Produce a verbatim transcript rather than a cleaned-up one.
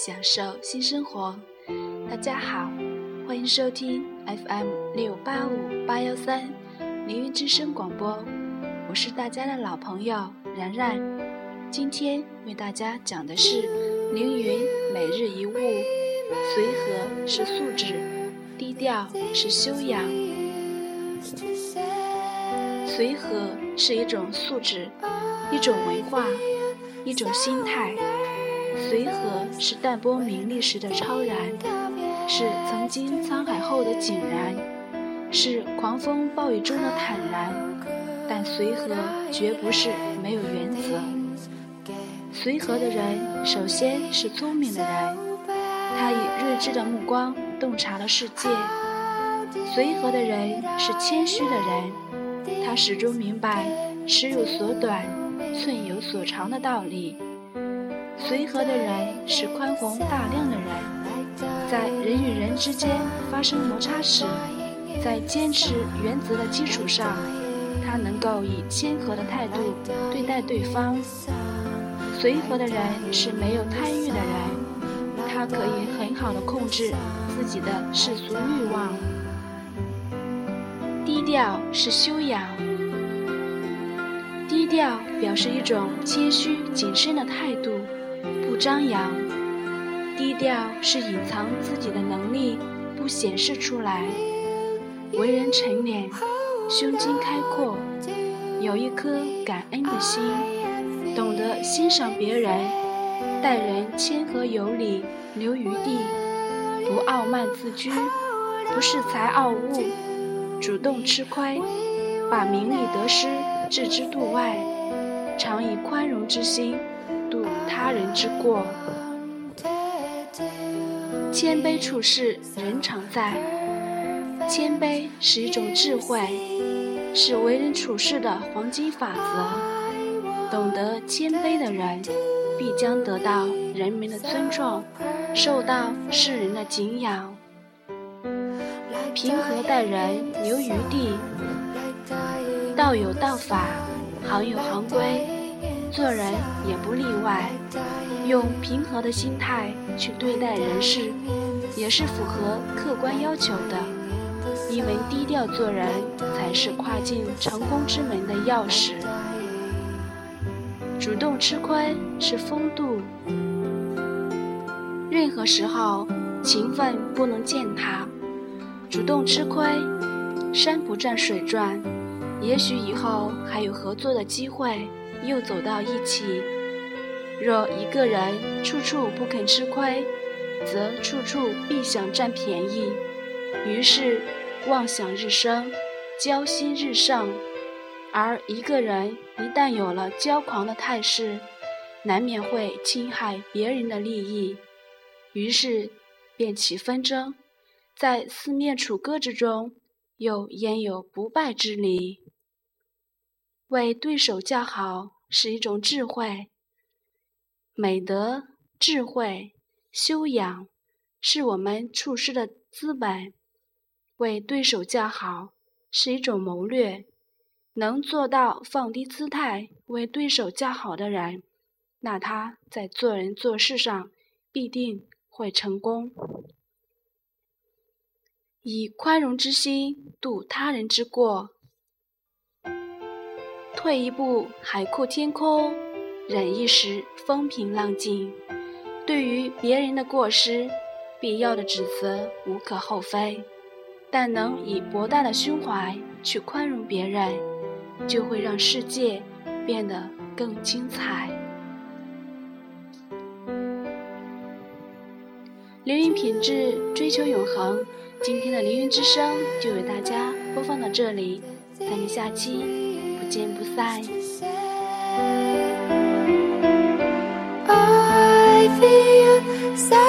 享受新生活。大家好，欢迎收听 F M 六八五八幺三凌云之声广播，我是大家的老朋友然然。今天为大家讲的是凌云每日一物，随和是素质，低调是修养。随和是一种素质，一种文化，一种心态。随和是淡泊名利时的超然，是曾经沧海后的井然，是狂风暴雨中的坦然。但随和绝不是没有原则。随和的人首先是聪明的人，他以锐智的目光洞察了世界。随和的人是谦虚的人，他始终明白尺有所短，寸有所长的道理。随和的人是宽宏大量的人，在人与人之间发生摩擦时，在坚持原则的基础上，他能够以谦和的态度对待对方。随和的人是没有贪欲的人，他可以很好地控制自己的世俗欲望。低调是修养，低调表示一种谦虚谨慎的态度，不张扬。低调是隐藏自己的能力，不显示出来。为人沉敛，胸襟开阔，有一颗感恩的心，懂得欣赏别人，待人谦和有礼，留余地，不傲慢自居，不恃才傲物，主动吃亏，把名利得失置之度外，常以宽容之心度他人之过。谦卑处事，人常在。谦卑是一种智慧，是为人处事的黄金法则。懂得谦卑的人，必将得到人民的尊重，受到世人的敬仰。平和待人，留余地。道有道法，行有行规，做人也不例外。用平和的心态去对待人事，也是符合客观要求的。因为低调做人，才是跨进成功之门的钥匙。主动吃亏是风度。任何时候，勤奋不能践踏。主动吃亏，山不占水转，也许以后还有合作的机会，又走到一起。若一个人处处不肯吃亏，则处处必想占便宜，于是妄想日生，骄心日盛。而一个人一旦有了骄狂的态势，难免会侵害别人的利益，于是便起纷争，在四面楚歌之中，又焉有不败之理？为对手叫好是一种智慧，美德、智慧、修养是我们处事的资本。为对手叫好是一种谋略，能做到放低姿态为对手叫好的人，那他在做人做事上必定会成功。以宽容之心度他人之过。退一步海阔天空，忍一时风平浪静。对于别人的过失，必要的指责无可厚非，但能以博大的胸怀去宽容别人，就会让世界变得更精彩。凌云品质，追求永恒。今天的凌云之声就为大家播放到这里，咱们下期不见不散。I feel sad.